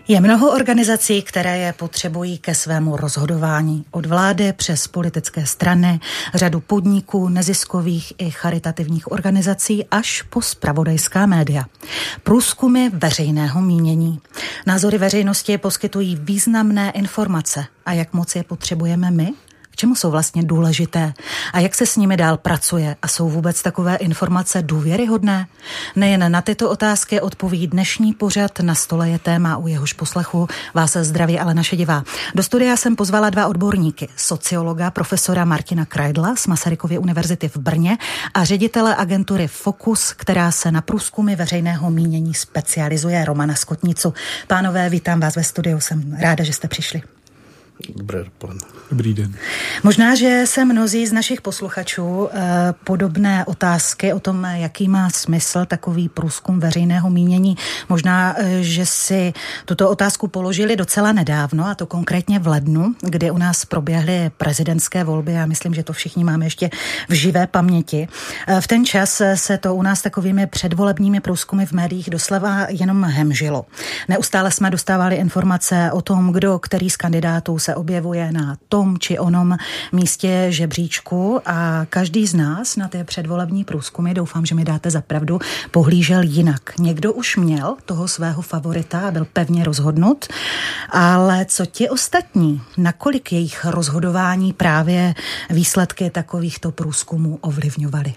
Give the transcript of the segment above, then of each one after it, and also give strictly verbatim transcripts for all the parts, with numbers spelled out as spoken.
Je mnoho organizací, které je potřebují ke svému rozhodování. Od vlády přes politické strany, řadu podniků, neziskových i charitativních organizací až po zpravodajská média. Průzkumy veřejného mínění. Názory veřejnosti poskytují významné informace. A jak moc je potřebujeme my? K čemu jsou vlastně důležité? A jak se s nimi dál pracuje? A jsou vůbec takové informace důvěryhodné? Nejen na tyto otázky odpoví dnešní pořad. Na stole je téma, u jehož poslechu vás zdraví ale naše divá. Do studia jsem pozvala dva odborníky. Sociologa profesora Martina Kreidla z Masarykovy univerzity v Brně a ředitele agentury Focus, která se na průzkumy veřejného mínění specializuje, Romana Skotnicu. Pánové, vítám vás ve studiu, jsem ráda, že jste přišli. Dobré dopoledne. Dobrý den. Možná, že se mnozí z našich posluchačů eh, podobné otázky o tom, jaký má smysl takový průzkum veřejného mínění, možná, eh, že si tuto otázku položili docela nedávno, a to konkrétně v lednu, kdy u nás proběhly prezidentské volby. Já myslím, že to všichni máme ještě v živé paměti. Eh, v ten čas se to u nás takovými předvolebními průzkumy v médiích doslova jenom hemžilo. Neustále jsme dostávali informace o tom, kdo, který z kandidátů se objevuje na tom či onom místě žebříčku a každý z nás na ty předvolební průzkumy, doufám, že mi dáte za pravdu, pohlížel jinak. Někdo už měl toho svého favorita a byl pevně rozhodnut, ale co ti ostatní? Nakolik jejich rozhodování právě výsledky takovýchto průzkumů ovlivňovaly?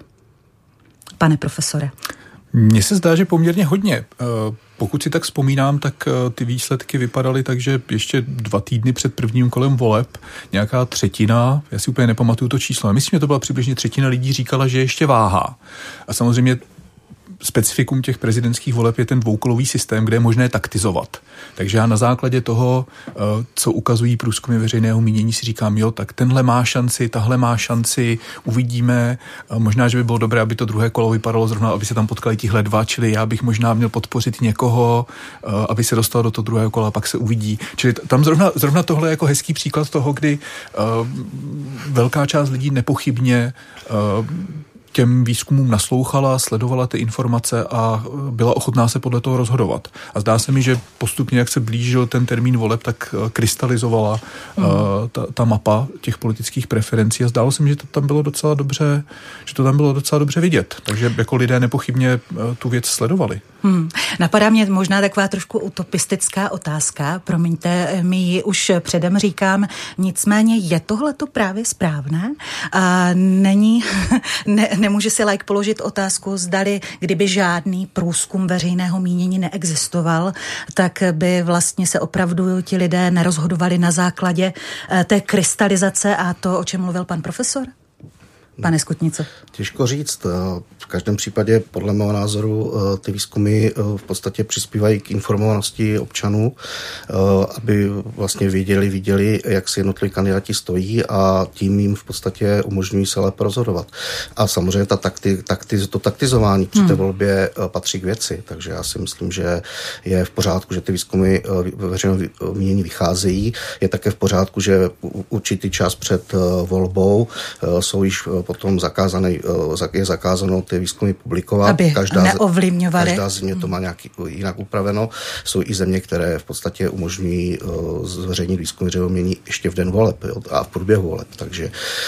Pane profesore. Mně se zdá, že poměrně hodně. Pokud si tak vzpomínám, tak ty výsledky vypadaly tak, že ještě dva týdny před prvním kolem voleb nějaká třetina, já si úplně nepamatuju to číslo, ale myslím, že to byla přibližně třetina lidí, říkala, že ještě váhá. A samozřejmě specifikum těch prezidentských voleb je ten dvoukolový systém, kde je možné taktizovat. Takže já na základě toho, co ukazují průzkumy veřejného mínění, si říkám, jo, tak tenhle má šanci, tahle má šanci, uvidíme. Možná, že by bylo dobré, aby to druhé kolo vypadalo zrovna, aby se tam potkali tihle dva, čili já bych možná měl podpořit někoho, aby se dostal do toho druhého kola, pak se uvidí. Čili tam zrovna, zrovna tohle je jako hezký příklad toho, kdy uh, velká část lidí nepochybně uh, těm výzkumům naslouchala, sledovala ty informace a byla ochotná se podle toho rozhodovat. A zdá se mi, že postupně, jak se blížil ten termín voleb, tak krystalizovala mm. uh, ta, ta mapa těch politických preferencí a zdálo se mi, že to tam bylo docela dobře, že to tam bylo docela dobře vidět. Takže jako lidé nepochybně uh, tu věc sledovali. Hmm. Napadá mě možná taková trošku utopistická otázka, promiňte, my ji už předem říkám, nicméně je tohleto právě správné? A není, ne, nemůže si laik položit otázku, zdali, kdyby žádný průzkum veřejného mínění neexistoval, tak by vlastně se opravdu ti lidé nerozhodovali na základě té krystalizace a to, o čem mluvil pan profesor? Pane Skotnico. Těžko říct. V každém případě, podle mého názoru, ty výzkumy v podstatě přispívají k informovanosti občanů, aby vlastně věděli, viděli, jak si jednotliví kandidáti stojí a tím jim v podstatě umožňují se lépe rozhodovat. A samozřejmě ta takti, takti, to taktizování při té hmm. volbě patří k věci, takže já si myslím, že je v pořádku, že ty výzkumy veřejného mínění vycházejí. Je také v pořádku, že určitý čas před volbou jsou již potom zakázané, je zakázáno ty výzkumy publikovat. Aby každá, neovlivňovaly. Každá země to má nějak jinak upraveno. Jsou i země, které v podstatě umožňují zveřejnit výzkumy veřejného mínění ještě v den voleb, jo, a v průběhu voleb. Takže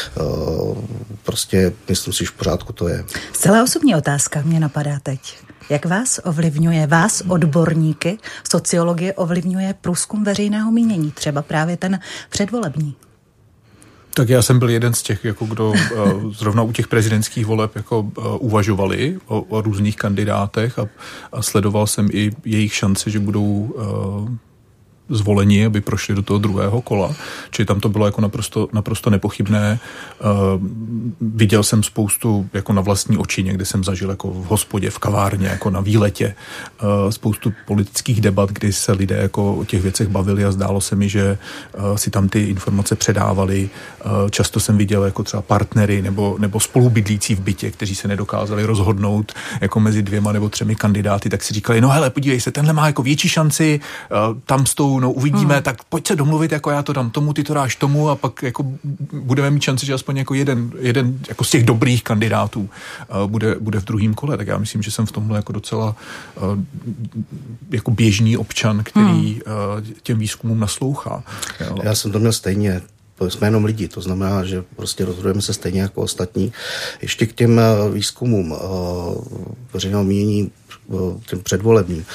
prostě myslím si, že v pořádku to je. Zcela osobní otázka mě napadá teď. Jak vás ovlivňuje, vás odborníky sociologie ovlivňuje průzkum veřejného mínění, třeba právě ten předvolební? Tak já jsem byl jeden z těch, jako kdo uh, zrovna u těch prezidentských voleb jako uh, uvažovali o, o různých kandidátech a, a sledoval jsem i jejich šance, že budou uh, zvoleni, aby prošli do toho druhého kola. Čili tam to bylo jako naprosto, naprosto nepochybné. Uh, viděl jsem spoustu jako na vlastní oči, někde jsem zažil jako v hospodě, v kavárně, jako na výletě. Uh, spoustu politických debat, kdy se lidé jako o těch věcech bavili a zdálo se mi, že uh, si tam ty informace předávali. Uh, často jsem viděl jako třeba partnery nebo, nebo spolubydlící v bytě, kteří se nedokázali rozhodnout jako mezi dvěma nebo třemi kandidáty, tak si říkali, no hele, podívej se, tenhle má jako větší šanci, uh, tam s tou účelu, no uvidíme, hmm. tak pojď se domluvit, jako já to dám tomu, ty to dáš tomu a pak jako budeme mít šanci, že aspoň jako jeden, jeden jako z těch dobrých kandidátů uh, bude, bude v druhém kole. Tak já myslím, že jsem v tomhle jako docela uh, jako běžný občan, který hmm. uh, těm výzkumům naslouchá. Jo. Já jsem to měl stejně. Jsme jenom lidi, to znamená, že prostě rozhodujeme se stejně jako ostatní. Ještě k těm výzkumům veřejného mínění, těm předvolebním.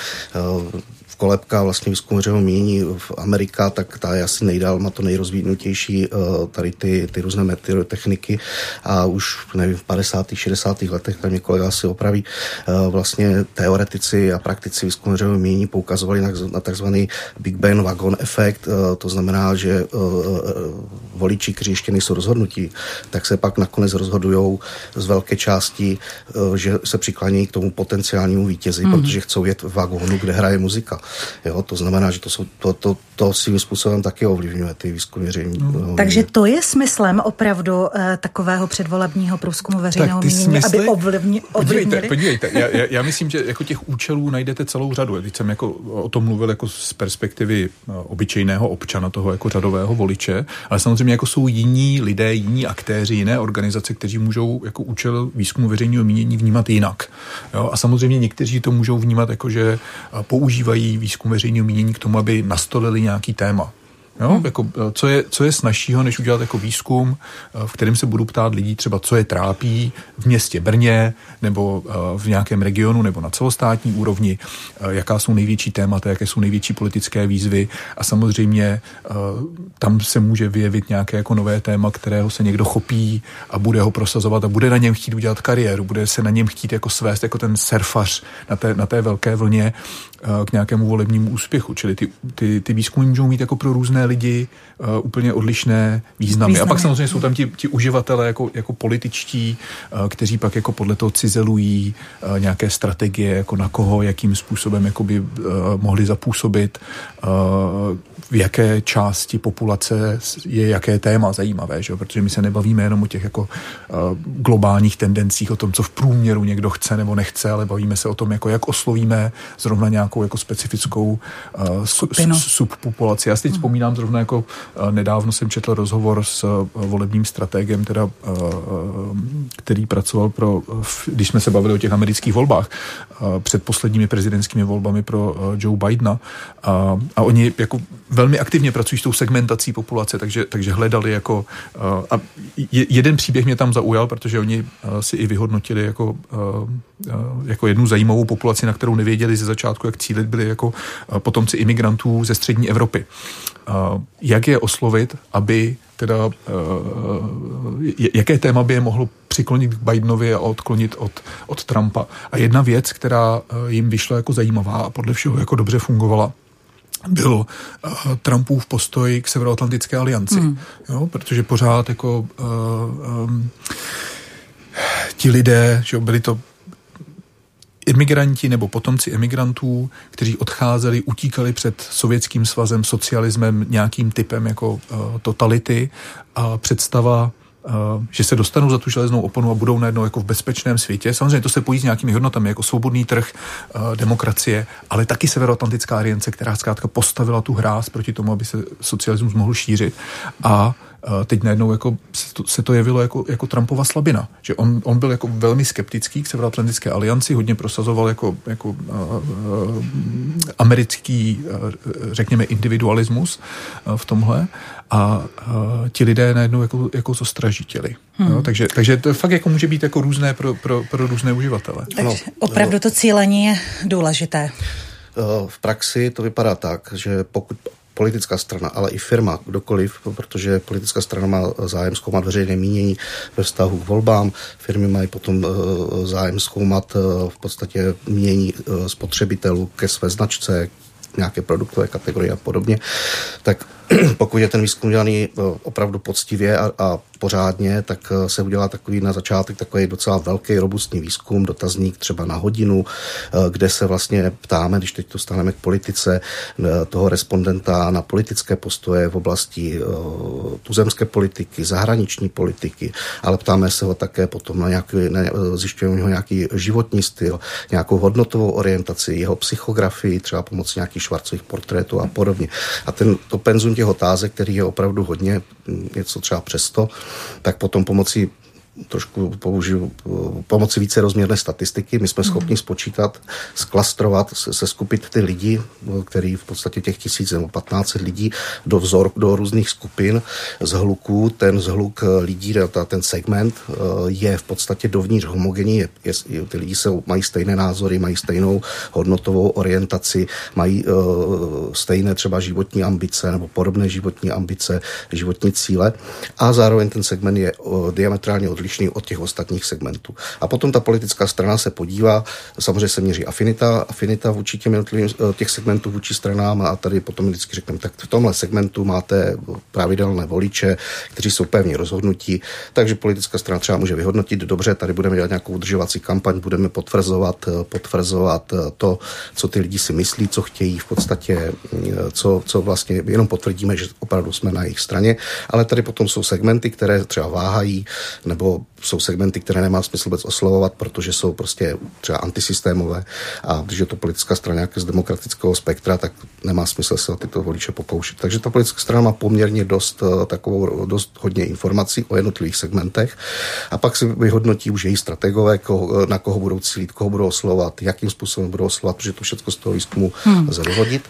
Kolebka vlastně výzkum veřejného mínění v Amerika, tak ta je asi nejdál, má to nejrozvinutější tady ty, ty různé meteorotechniky a už nevím, v padesátých, šedesátých letech, tam mě kolega si opraví, vlastně teoretici a praktici výzkumu veřejného mínění poukazovali na, na takzvaný Big Bang Wagon efekt, to znamená, že voliči, kteří ještě nejsou rozhodnutí, tak se pak nakonec rozhodujou z velké části, že se přiklánějí k tomu potenciálnímu vítězi, mm. protože chcou jet v vagónu, kde hraje muzika. Jo, to znamená, že to, jsou, to, to, to svým způsobem taky ovlivňuje ty výzkumy veřejného mínění. Takže to je smyslem opravdu uh, takového předvolebního průzkumu veřejného mínění, smysly... aby ovlivni, ovlivnili? Podívejte, podívejte. Já, já, já myslím, že jako těch účelů najdete celou řadu. Teď jsem jako o tom mluvil jako z perspektivy obyčejného občana, toho jako řadového voliče, ale samozřejmě jako jsou jiní lidé, jiní aktéři, jiné organizace, kteří můžou jako účel výzkumu veřejného mínění vnímat jinak. Jo? A samozřejmě někteří to můžou vnímat jako, že používají výzkum veřejného mínění k tomu, aby nastolili nějaký téma. Jo? Hmm. Jako, co, je, co je snazšího, než udělat jako výzkum, v kterém se budu ptát lidí třeba, co je trápí v městě Brně, nebo v nějakém regionu, nebo na celostátní úrovni, jaká jsou největší témata, jaké jsou největší politické výzvy a samozřejmě tam se může vyjevit nějaké jako nové téma, kterého se někdo chopí a bude ho prosazovat a bude na něm chtít udělat kariéru, bude se na něm chtít jako svést jako ten surfař na té, na té velké vlně k nějakému volebnímu úspěchu. Čili ty, ty, ty výzkumy můžou mít jako pro různé lidi uh, úplně odlišné významy. významy. A pak samozřejmě jsou tam ti, ti uživatelé jako, jako političtí, uh, kteří pak jako podle toho cizelují uh, nějaké strategie, jako na koho, jakým způsobem jako by uh, mohli zapůsobit, uh, v jaké části populace je jaké téma zajímavé, že? Protože my se nebavíme jenom o těch jako uh, globálních tendencích, o tom, co v průměru někdo chce nebo nechce, ale bavíme se o tom, jako jak oslovíme zrovna nějakou jako specifickou uh, su- subpopulaci. Já si teď hmm. vzpomínám zrovna jako uh, nedávno jsem četl rozhovor s uh, volebním strategem, teda, uh, který pracoval pro, uh, když jsme se bavili o těch amerických volbách, uh, před posledními prezidentskými volbami pro uh, Joe Bidena. Uh, a oni jako velmi aktivně pracují s tou segmentací populace, takže, takže hledali jako uh, a jeden příběh mě tam zaujal, protože oni uh, si i vyhodnotili jako, uh, uh, jako jednu zajímavou populaci, na kterou nevěděli ze začátku, jak cílit, byli jako uh, potomci imigrantů ze střední Evropy. Uh, jak je oslovit, aby teda uh, jaké téma by je mohlo přiklonit k Bidenovi a odklonit od, od Trumpa. A jedna věc, která uh, jim vyšla jako zajímavá a podle všeho jako dobře fungovala, byl uh, Trumpův postoj k Severoatlantické alianci. Mm. Jo, protože pořád jako uh, um, ti lidé, že byli to imigranti nebo potomci emigrantů, kteří odcházeli, utíkali před Sovětským svazem, socialismem, nějakým typem jako uh, totality a představa, Uh, že se dostanou za tu železnou oponu a budou najednou jako v bezpečném světě. Samozřejmě to se pojí s nějakými hodnotami, jako svobodný trh, uh, demokracie, ale taky Severoatlantická aliance, která zkrátka postavila tu hráz proti tomu, aby se socialismus mohl šířit. A uh, teď najednou jako se, to, se to jevilo jako, jako Trumpova slabina. Že on, on byl jako velmi skeptický k Severoatlantické alianci, hodně prosazoval jako, jako uh, uh, americký, uh, řekněme, individualismus uh, v tomhle. A uh, ti lidé najednou jako, jako zostražitili. Hmm. Jo, takže, takže to fakt jako může být jako různé pro, pro, pro různé uživatele. Takže no, opravdu to cílení je důležité. V praxi to vypadá tak, že pokud politická strana, ale i firma, kdokoliv, protože politická strana má zájem zkoumat veřejné mínění ve vztahu k volbám, firmy mají potom zájem zkoumat v podstatě mínění spotřebitelů ke své značce, nějaké produktové kategorie a podobně, tak pokud je ten výzkum dělaný opravdu poctivě a, a pořádně, tak se udělá takový na začátek takový docela velký robustní výzkum, dotazník třeba na hodinu, kde se vlastně ptáme, když teď dostaneme k politice, toho respondenta na politické postoje v oblasti tuzemské politiky, zahraniční politiky, ale ptáme se ho také potom na nějaký, na, zjišťujeme ho nějaký životní styl, nějakou hodnotovou orientaci, jeho psychografii, třeba pomocí nějakých Schwarzových portrétů a podobně. A ten, to penzum těch otázek, který je opravdu hodně, něco třeba přesto, tak potom pomocí trošku použiju pomocí více rozměrné statistiky. My jsme schopni spočítat, sklastrovat, seskupit ty lidi, který v podstatě těch tisíc nebo patnáct lidí do vzor, do různých skupin z hluků. Ten zhluk lidí, ten segment je v podstatě dovnitř homogenní. Je, je, ty lidi se, mají stejné názory, mají stejnou hodnotovou orientaci, mají uh, stejné třeba životní ambice nebo podobné životní ambice, životní cíle a zároveň ten segment je uh, diametrálně odlišný od těch ostatních segmentů. A potom ta politická strana se podívá, samozřejmě se měří afinita, afinita vůči těm jednotlivým těch segmentů vůči stranám a tady potom vždycky řekneme, tak v tomhle segmentu máte pravidelné voliče, kteří jsou pevně rozhodnutí, takže politická strana třeba může vyhodnotit, dobře, tady budeme dělat nějakou udržovací kampaň, budeme potvrzovat, potvrzovat to, co ty lidi si myslí, co chtějí v podstatě, co, co vlastně jenom potvrdíme, že opravdu jsme na jejich straně, ale tady potom jsou segmenty, které třeba váhají, nebo jsou segmenty, které nemá smysl vůbec oslovovat, protože jsou prostě třeba antisystémové a když je to politická strana nějaké z demokratického spektra, tak nemá smysl se o tyto voliče pokoušet. Takže ta politická strana má poměrně dost takovou, dost hodně informací o jednotlivých segmentech a pak si vyhodnotí už její strategové, koho, na koho budou cílit, koho budou oslovovat, jakým způsobem budou oslovovat, protože to všechno z toho výzkumu hmm. lze vyhodit.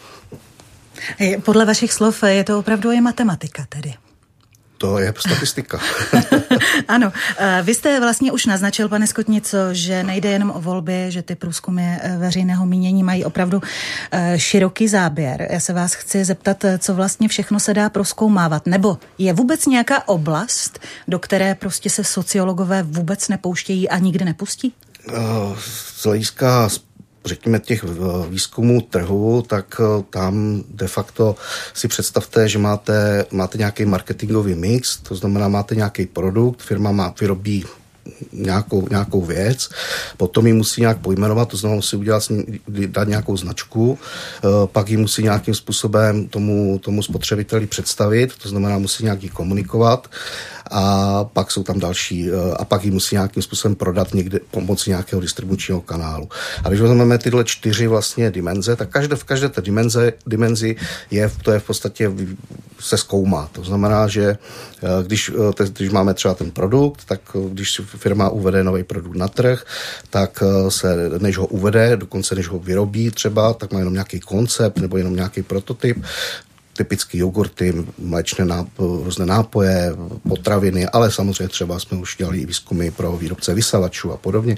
Podle vašich slov je to opravdu i matematika tedy. To je statistika. Ano, vy jste vlastně už naznačil, pane Skotnico, že nejde jenom o volby, že ty průzkumy veřejného mínění mají opravdu široký záběr. Já se vás chci zeptat, co vlastně všechno se dá prozkoumávat, nebo je vůbec nějaká oblast, do které prostě se sociologové vůbec nepouštějí a nikdy nepustí? Z hlediska řekněme těch výzkumů trhu, tak tam de facto si představte, že máte, máte nějaký marketingový mix, to znamená máte nějaký produkt, firma má, vyrobí nějakou, nějakou věc, potom ji musí nějak pojmenovat, to znamená musí udělat, dát nějakou značku, pak ji musí nějakým způsobem tomu, tomu spotřebiteli představit, to znamená musí nějak ji komunikovat a pak jsou tam další a pak ji musí nějakým způsobem prodat někde pomocí nějakého distribučního kanálu. A když vezmeme tyhle čtyři vlastně dimenze, tak každé, v každé té dimenze, dimenzi je, to je v podstatě se zkoumá. To znamená, že když, když máme třeba ten produkt, tak když firma uvede nový produkt na trh, tak se, než ho uvede, dokonce než ho vyrobí třeba, tak má jenom nějaký koncept nebo jenom nějaký prototyp, typicky jogurty, mléčné nápo, různé nápoje, potraviny, ale samozřejmě třeba jsme už dělali i výzkumy pro výrobce vysavačů a podobně,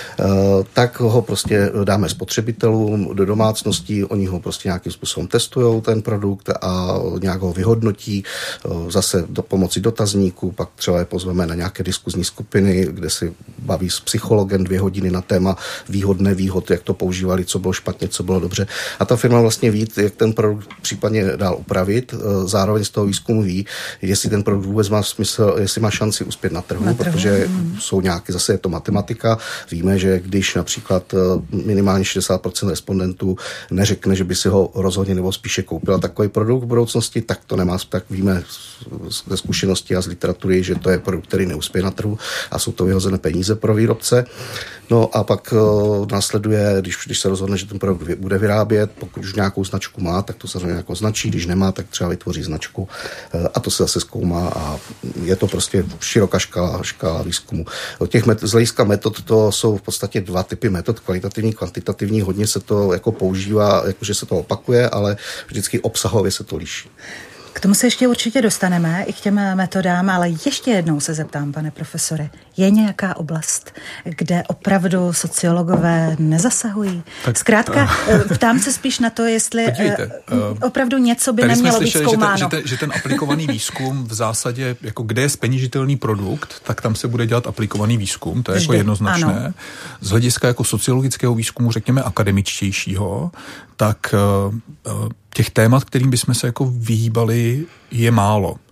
tak ho prostě dáme spotřebitelům do domácností, oni ho prostě nějakým způsobem testujou, ten produkt a nějak ho vyhodnotí, zase do pomoci dotazníků, pak třeba je pozveme na nějaké diskuzní skupiny, kde si baví s psychologem dvě hodiny na téma výhodné výhod, jak to používali, co bylo špatně, co bylo dobře. A ta firma vlastně ví, jak ten produkt případně dál upravit, zároveň z toho výzkumu ví, jestli ten produkt vůbec má smysl, jestli má šanci uspět na trhu, na trhu. Protože hmm. jsou nějaké, zase je to matematika, víme, že když například minimálně šedesát procent respondentů neřekne, že by si ho rozhodně nebo spíše koupila takový produkt v budoucnosti, tak to nemá, tak víme ze zkušenosti a z literatury, že to je produkt, který neuspěje na trhu a jsou to vyhozené peníze pro výrobce. No a pak uh, následuje, když, když se rozhodne, že ten produkt bude vyrábět, pokud už nějakou značku má, tak to samozřejmě jako značí, když nemá, tak třeba vytvoří značku uh, a to se zase zkoumá a je to prostě široká škála, škála výzkumu. Těch met, z hlediska metod to jsou v podstatě dva typy metod, kvalitativní, kvantitativní, hodně se to jako používá, jakože se to opakuje, ale vždycky obsahově se to liší. K tomu se ještě určitě dostaneme, i k těm metodám, ale ještě jednou se zeptám, pane profesore, je nějaká oblast, kde opravdu sociologové nezasahují? Tak, Zkrátka, uh, ptám se spíš na to, jestli podívejte, uh, opravdu něco by nemělo být zkoumáno. Že ten, že, ten, že ten aplikovaný výzkum v zásadě, jako kde je zpeněžitelný produkt, tak tam se bude dělat aplikovaný výzkum, to je Vždy, jako jednoznačné. Ano. Z hlediska jako sociologického výzkumu, řekněme akademičtějšího, tak uh, uh, těch témat, kterým bychom se jako vyhýbali, je málo.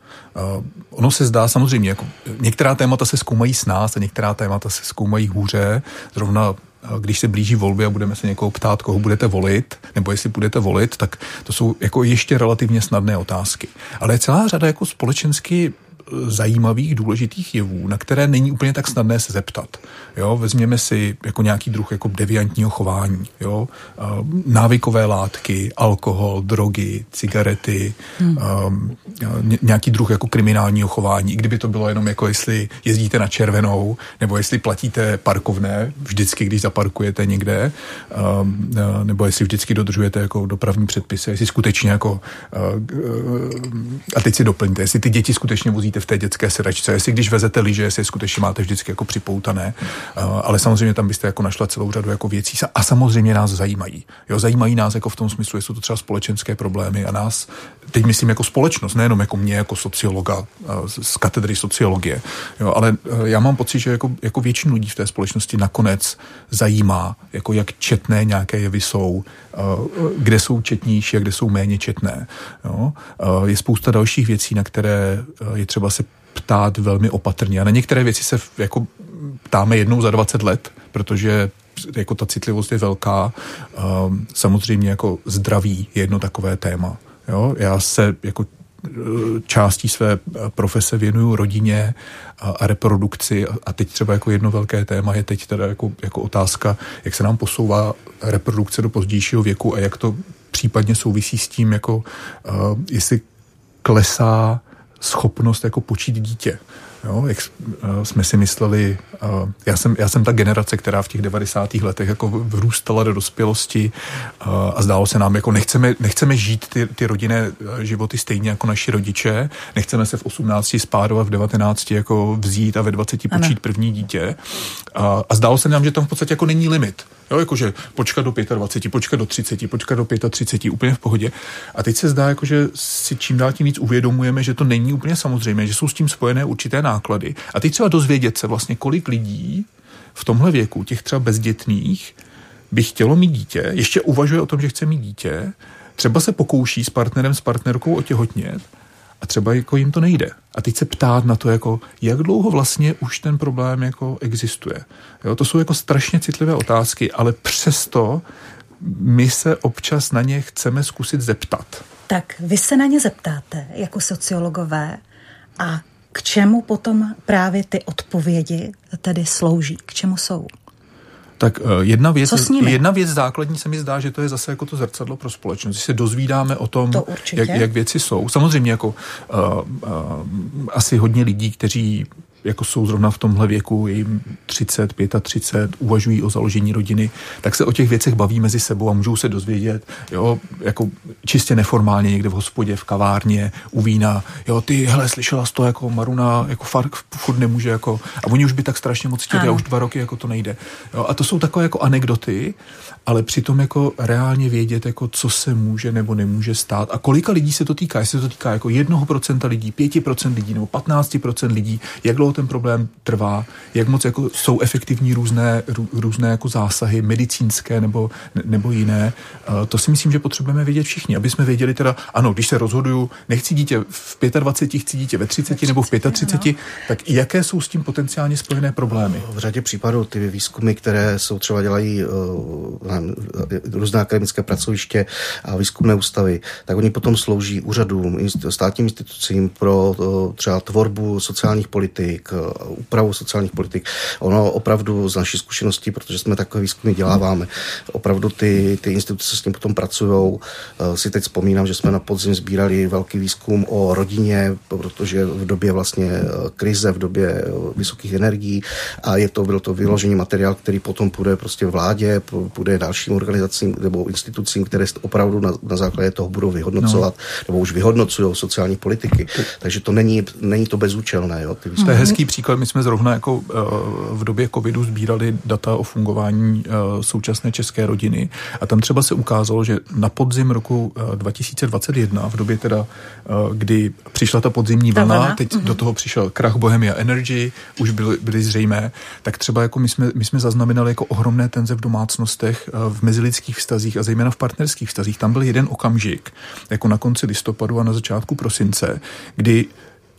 Uh, ono se zdá samozřejmě, jako některá témata se zkoumají s nás a některá témata se zkoumají hůře. Zrovna když se blíží volby a budeme se někoho ptát, koho budete volit, nebo jestli budete volit, tak to jsou jako ještě relativně snadné otázky. Ale je celá řada jako společensky zajímavých, důležitých jevů, na které není úplně tak snadné se zeptat. Jo, vezměme si jako nějaký druh jako deviantního chování, jo, návykové látky, alkohol, drogy, cigarety, hmm. um, nějaký druh jako kriminálního chování. I kdyby to bylo jenom jako jestli jezdíte na červenou, nebo jestli platíte parkovné vždycky, když zaparkujete někde, um, nebo jestli vždycky dodržujete jako dopravní předpisy, jestli skutečně jako uh, a teď si doplňte, jestli ty děti skutečně vozíte v té dětské sedačce, jestli když vezete lyže, jestli skutečně máte vždycky jako připoutané, uh, ale samozřejmě tam byste jako našla celou řadu jako věcí a samozřejmě nás zajímají. Jo, zajímají nás jako v tom smyslu, jestli jsou to třeba společenské problémy a nás, teď myslím jako společnost, nejenom jako mě jako sociologa uh, z katedry sociologie, jo, ale uh, já mám pocit, že jako, jako většinu lidí v té společnosti nakonec zajímá, jako jak četné nějaké jevy jsou, uh, kde jsou četnější a kde jsou méně četné. Jo. Uh, je spousta dalších věcí, na které uh, je třeba se ptát velmi opatrně. A na některé věci se jako ptáme jednou za dvacet let, protože jako ta citlivost je velká. Um, samozřejmě jako zdraví je jedno takové téma. Jo? Já se jako částí své profese věnuju rodině a, a reprodukci a teď třeba jako jedno velké téma je teď teda jako, jako otázka, jak se nám posouvá reprodukce do pozdějšího věku a jak to případně souvisí s tím, jako uh, jestli klesá schopnost jako počít dítě. Jo, jak jsme si mysleli, já jsem, já jsem ta generace, která v těch devadesátých letech jako vrůstala do dospělosti a zdálo se nám, jako nechceme, nechceme žít ty, ty rodinné životy stejně jako naši rodiče, nechceme se v osmnácti spárovat, v devatenácti jako vzít a ve dvaceti počít ano. první dítě a, a zdálo se nám, že tam v podstatě jako není limit. Jo, jakože počkat do dvaceti pěti, počkat do třiceti, počkat do třiceti pěti, úplně v pohodě. A teď se zdá, jako, že si čím dál tím víc uvědomujeme, že to není úplně samozřejmé, že jsou s tím spojené určité náklady. A teď třeba dozvědět se vlastně, kolik lidí v tomhle věku, těch třeba bezdětných, by chtělo mít dítě, ještě uvažuje o tom, že chce mít dítě, třeba se pokouší s partnerem, s partnerkou otěhotnět, a třeba jako jim to nejde. A teď se ptát na to, jako, jak dlouho vlastně už ten problém jako existuje. Jo, to jsou jako strašně citlivé otázky, ale přesto my se občas na ně chceme zkusit zeptat. Tak vy se na ně zeptáte jako sociologové a k čemu potom právě ty odpovědi tedy slouží? K čemu jsou? Tak jedna věc, jedna věc základní se mi zdá, že to je zase jako to zrcadlo pro společnost. Když se dozvídáme o tom, jak, jak věci jsou. Samozřejmě jako uh, uh, asi hodně lidí, kteří jako jsou zrovna v tomhle věku, je jim třicet, třicet pět, uvažují o založení rodiny, tak se o těch věcech baví mezi sebou a můžou se dozvědět, jo, jako čistě neformálně někde v hospodě, v kavárně, u vína, jo, ty, hele, slyšela jsi to, jako Maruna, jako fakt furt nemůže, jako, a oni už by tak strašně moc chtěli a už dva roky, jako to nejde. Jo, a to jsou takové jako anekdoty, ale přitom jako reálně vědět, jako co se může nebo nemůže stát a kolika lidí se to týká, jestli se to týká jako jednoho procenta lidí, pěti procent lidí nebo patnáct procent lidí, jak dlouho ten problém trvá, jak moc jako jsou efektivní různé, rů, různé jako zásahy medicínské nebo, nebo jiné. To si myslím, že potřebujeme vědět všichni, aby jsme věděli teda, ano, když se rozhoduju, nechci dítě v dvaceti pěti, chci dítě ve třiceti nebo v třiceti pěti, no. Tak jaké jsou s tím potenciálně spojené problémy? V řadě případů ty výzkumy, které jsou třeba dělají uh, různé akademické pracoviště a výzkumné ústavy, tak oni potom slouží úřadům, státním institucím pro uh, třeba tvorbu sociálních politik, úpravu sociálních politik. Ono opravdu z naší zkušeností, protože jsme takové výzkumy děláváme, opravdu ty, ty instituce s tím potom pracujou. Si teď vzpomínám, že jsme na podzim sbírali velký výzkum o rodině, protože v době vlastně krize, v době vysokých energií a je to, bylo to vyložený materiál, který potom půjde prostě vládě, půjde dalším organizacím nebo institucím, které opravdu na, na základě toho budou vyhodnocovat, no. nebo už vyhodnocují sociální politiky. Takže to není, není to bezúčelné. Jo, ty to je hezký příklad. My jsme zrovna jako uh, v době covidu sbírali data o fungování uh, současné české rodiny a tam třeba se ukázalo, že na podzim roku uh, dva tisíce dvacet jedna, v době teda, uh, kdy přišla ta podzimní vlna, ta vlna. teď uh-huh. do toho přišel krach Bohemia Energy, už byly, byly zřejmé, tak třeba jako my jsme, my jsme zaznamenali jako ohromné tenze v domácnostech, uh, v mezilidských vztazích a zejména v partnerských vztazích. Tam byl jeden okamžik, jako na konci listopadu a na začátku prosince, kdy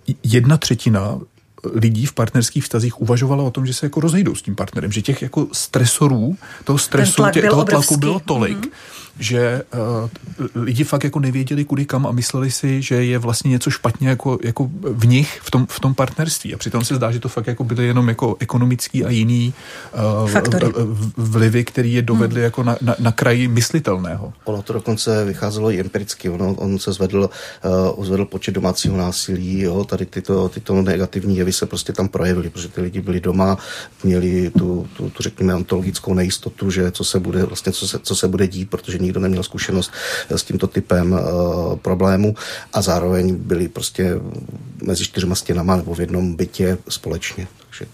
jedna třetina lidí v partnerských vztazích uvažovala o tom, že se jako rozejdou s tím partnerem, že těch jako stresorů, toho stresu, tlak tě, toho obrovský. tlaku bylo tolik, mm-hmm. že uh, lidi fakt jako nevěděli kudy kam a mysleli si, že je vlastně něco špatně jako, jako v nich, v tom, v tom partnerství. A přitom se zdá, že to fakt jako byly jenom jako ekonomický a jiný uh, vlivy, které je dovedly mm. jako na, na, na kraji myslitelného. Ono to dokonce vycházelo i empiricky. Ono, on se zvedl, uh, zvedl počet domácího násilí, jo, tady tyto, tyto negativní jevy se prostě tam projevily, protože ty lidi byli doma, měli tu, tu, tu řekněme, ontologickou nejistotu, že co se bude, vlastně co se, co se bude dít, protože nikdo neměl zkušenost s tímto typem uh, problému a zároveň byli prostě mezi čtyřma stěnama nebo v jednom bytě společně. Takže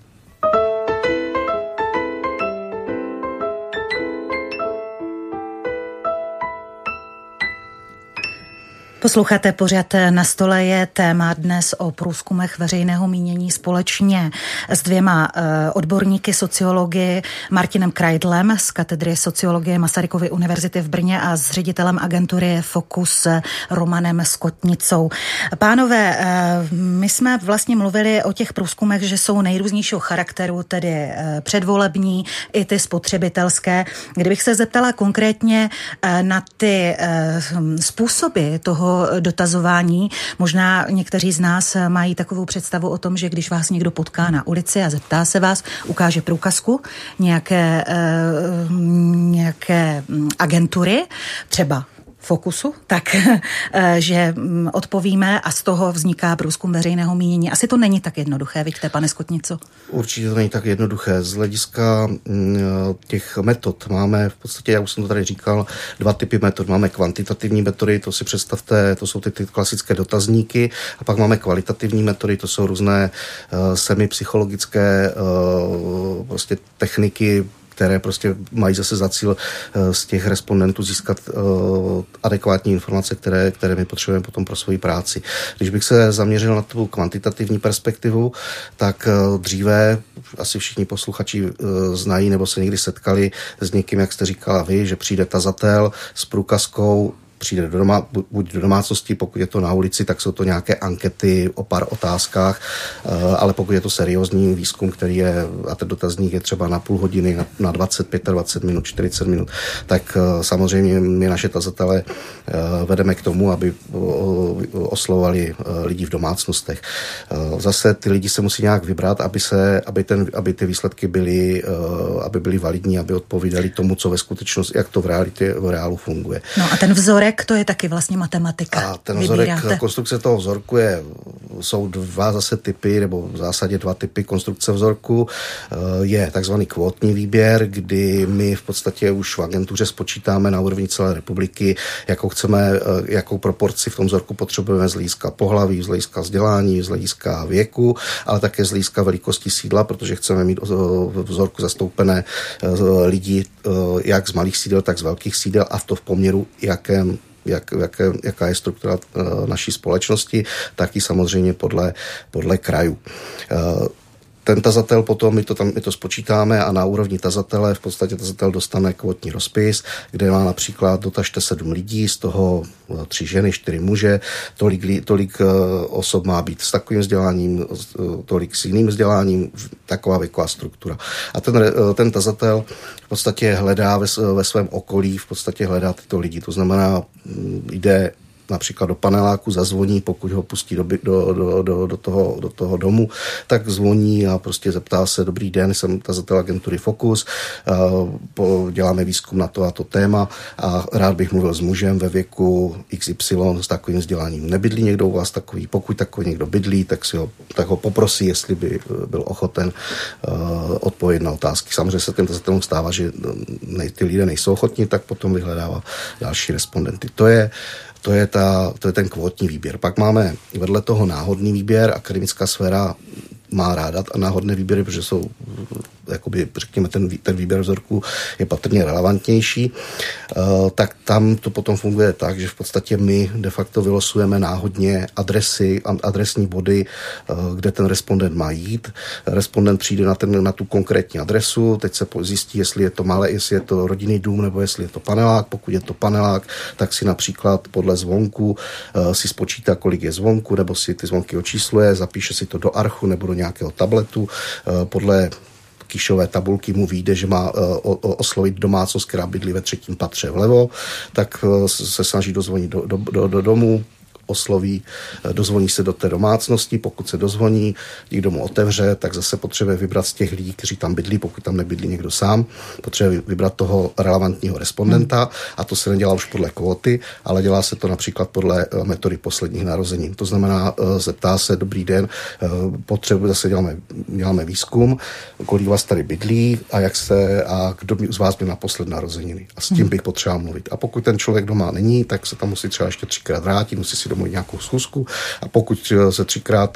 Posloucháte pořad Na stole je téma dnes o průzkumech veřejného mínění společně s dvěma odborníky sociologie, Martinem Kreidlem z katedry sociologie Masarykovy univerzity v Brně a s ředitelem agentury Focus Romanem Skotnicou. Pánové, my jsme vlastně mluvili o těch průzkumech, že jsou nejrůznějšího charakteru, tedy předvolební i ty spotřebitelské. Kdybych se zeptala konkrétně na ty způsoby toho dotazování. Možná někteří z nás mají takovou představu o tom, že když vás někdo potká na ulici a zeptá se vás, ukáže průkazku nějaké, nějaké agentury, třeba Focusu, tak že odpovíme a z toho vzniká průzkum veřejného mínění. Asi to není tak jednoduché, vidíte, pane Skotnico? Určitě to není tak jednoduché. Z hlediska těch metod máme v podstatě, já už jsem to tady říkal, dva typy metod. Máme kvantitativní metody, to si představte, to jsou ty, ty klasické dotazníky, a pak máme kvalitativní metody, to jsou různé uh, semipsychologické uh, prostě techniky, které prostě mají zase za cíl z těch respondentů získat uh, adekvátní informace, které, které my potřebujeme potom pro svoji práci. Když bych se zaměřil na tu kvantitativní perspektivu, tak uh, dříve asi všichni posluchači uh, znají nebo se někdy setkali s někým, jak jste říkala vy, že přijde tazatel s průkazkou, přijde do doma, buď do domácnosti, pokud je to na ulici, tak jsou to nějaké ankety o pár otázkách, ale pokud je to seriózní výzkum, který je, a ten dotazník je třeba na půl hodiny, na dvacet, dvacet pět minut, čtyřicet minut, tak samozřejmě my naše tazatele vedeme k tomu, aby oslovovali lidi v domácnostech. Zase ty lidi se musí nějak vybrat, aby, se, aby, ten, aby ty výsledky byly, aby byly validní, aby odpovídaly tomu, co ve skutečnosti, jak to v realitě, v reálu funguje. No a ten vzorek, to je taky vlastně matematika. A ten vzorek, konstrukce toho vzorku je, jsou dva zase typy, nebo v zásadě dva typy konstrukce vzorku. Je takzvaný kvótní výběr, kdy my v podstatě už v agentuře spočítáme na úrovni celé republiky, jakou chceme, jakou proporci v tom vzorku potřebujeme z hlediska pohlaví, z hlediska vzdělání, z hlediska věku, ale také z hlediska velikosti sídla, protože chceme mít v vzorku zastoupené lidi jak z malých sídel, tak z velkých sídel a v to v poměru, jakém Jak, jaké, jaká je struktura uh, naší společnosti, tak i samozřejmě podle, podle krajů. Uh, ten tazatel potom, my to, tam, my to spočítáme a na úrovni tazatele v podstatě tazatel dostane kvotní rozpis, kde má například dotažte sedm lidí, z toho tři ženy, čtyři muže, tolik, tolik uh, osob má být s takovým vzděláním, uh, tolik s jiným vzděláním, taková věková struktura. A ten, uh, ten tazatel v podstatě hledá ve, ve svém okolí, v podstatě hledá tyto lidi. To znamená, jde například do paneláku, zazvoní, pokud ho pustí do, do, do, do, do, toho, do toho domu, tak zvoní a prostě zeptá se, dobrý den, jsem tazatel agentury Focus, děláme výzkum na to a to téma a rád bych mluvil s mužem ve věku iks ypsilon s takovým vzděláním. Nebydlí někdo u vás takový? Pokud takový někdo bydlí, tak, si ho, tak ho poprosí, jestli by byl ochoten uh, odpovědět na otázky. Samozřejmě se těm tazatelům stává, že ne, ty lidé nejsou ochotní, tak potom vyhledává další respondenty. To je To je, ta, to je ten kvótní výběr. Pak máme vedle toho náhodný výběr. Akademická sféra má ráda náhodné výběry, protože jsou jakoby, řekněme, ten, ten výběr vzorků je patrně relevantnější, tak tam to potom funguje tak, že v podstatě my de facto vylosujeme náhodně adresy, adresní body, kde ten respondent má jít. Respondent přijde na, ten, na tu konkrétní adresu, teď se zjistí, jestli je to malé, jestli je to rodinný dům, nebo jestli je to panelák. Pokud je to panelák, tak si například podle zvonku si spočítá, kolik je zvonku, nebo si ty zvonky očísluje, zapíše si to do archu nebo do nějakého tabletu. Podle kýšové tabulky mu vyjde, že má oslovit domácnost, která bydlí ve třetím patře vlevo, tak se snaží dozvonit do, do, do, do domu, osloví, dozvoní se do té domácnosti, pokud se dozvoní, někdo mu otevře, tak zase potřebuje vybrat z těch lidí, kteří tam bydlí, pokud tam nebydlí někdo sám, potřebuje vybrat toho relevantního respondenta hmm. a to se nedělá už podle kvóty, ale dělá se to například podle metody posledních narozenin. To znamená, zeptá se, dobrý den, potřebuje, zase děláme, děláme výzkum, kolik vás tady bydlí a jak se, a kdo z vás byl naposled narozeniny. A s tím bych potřeboval mluvit. A pokud ten člověk doma není, tak se tam musí třeba ještě třikrát vrátit, musí si domluvit nějakou schůzku a pokud se třikrát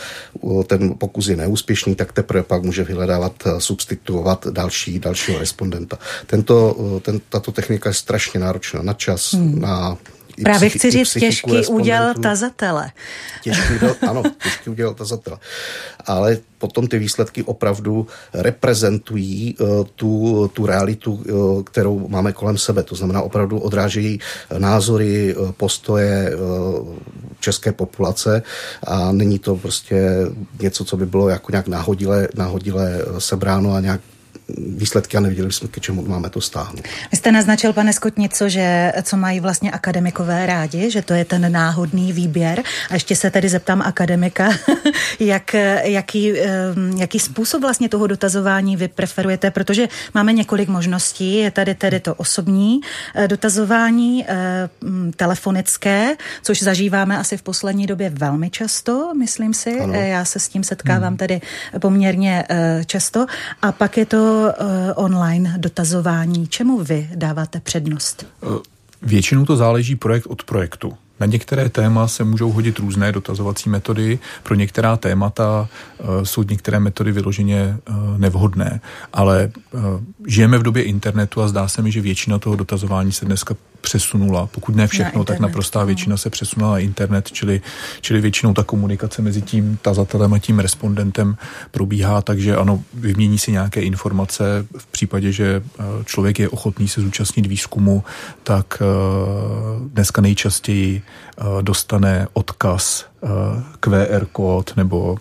ten pokus je neúspěšný, tak teprve pak může vyhledávat, substituovat další, dalšího respondenta. Tento, ten, tato technika je strašně náročná na čas, hmm. na Právě psychi- chci říct, těžký úděl tazatele. Těžký úděl, ano, těžký úděl tazatele. Ale potom ty výsledky opravdu reprezentují uh, tu, tu realitu, uh, kterou máme kolem sebe. To znamená, opravdu odrážejí názory, uh, postoje uh, české populace a není to prostě něco, co by bylo jako nějak náhodile, náhodile sebráno a nějak výsledky a neviděli jsme, k čemu máme to stáhnout. Vy jste naznačil, pane Skot, něco, že co mají vlastně akademikové rádi, že to je ten náhodný výběr. A ještě se tedy zeptám akademika, jak, jaký, jaký způsob vlastně toho dotazování vy preferujete, protože máme několik možností. Je tady tedy to osobní dotazování, telefonické, což zažíváme asi v poslední době velmi často, myslím si. Ano. Já se s tím setkávám hmm. tedy poměrně často. A pak je to online dotazování. Čemu vy dáváte přednost? Většinou to záleží projekt od projektu. Na některé téma se můžou hodit různé dotazovací metody, pro některá témata uh, jsou některé metody vyloženě uh, nevhodné, ale uh, žijeme v době internetu a zdá se mi, že většina toho dotazování se dneska přesunula. Pokud ne všechno, tak naprostá většina se přesunula na internet, čili, čili většinou ta komunikace mezi tím tazatelem a tím respondentem probíhá, takže ano, vymění si nějaké informace v případě, že člověk je ochotný se zúčastnit výzkumu, tak dneska nejčastěji dostane odkaz, Q R kód nebo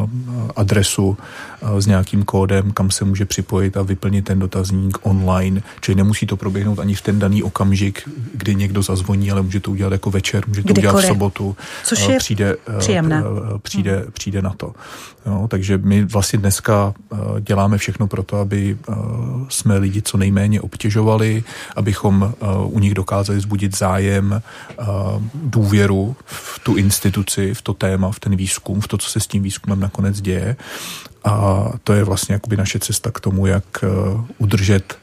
adresu s nějakým kódem, kam se může připojit a vyplnit ten dotazník online. Čili nemusí to proběhnout ani v ten daný okamžik, kdy někdo zazvoní, ale může to udělat jako večer, může to Kdykoliv. udělat v sobotu. Což je přijde, příjemné. Přijde, přijde na to. Jo, takže my vlastně dneska děláme všechno pro to, aby jsme lidi co nejméně obtěžovali, abychom u nich dokázali vzbudit zájem, důvěru v tu instituci, v to téma, v ten výzkum, v to, co se s tím výzkumem nakonec děje. A to je vlastně jakoby naše cesta k tomu, jak udržet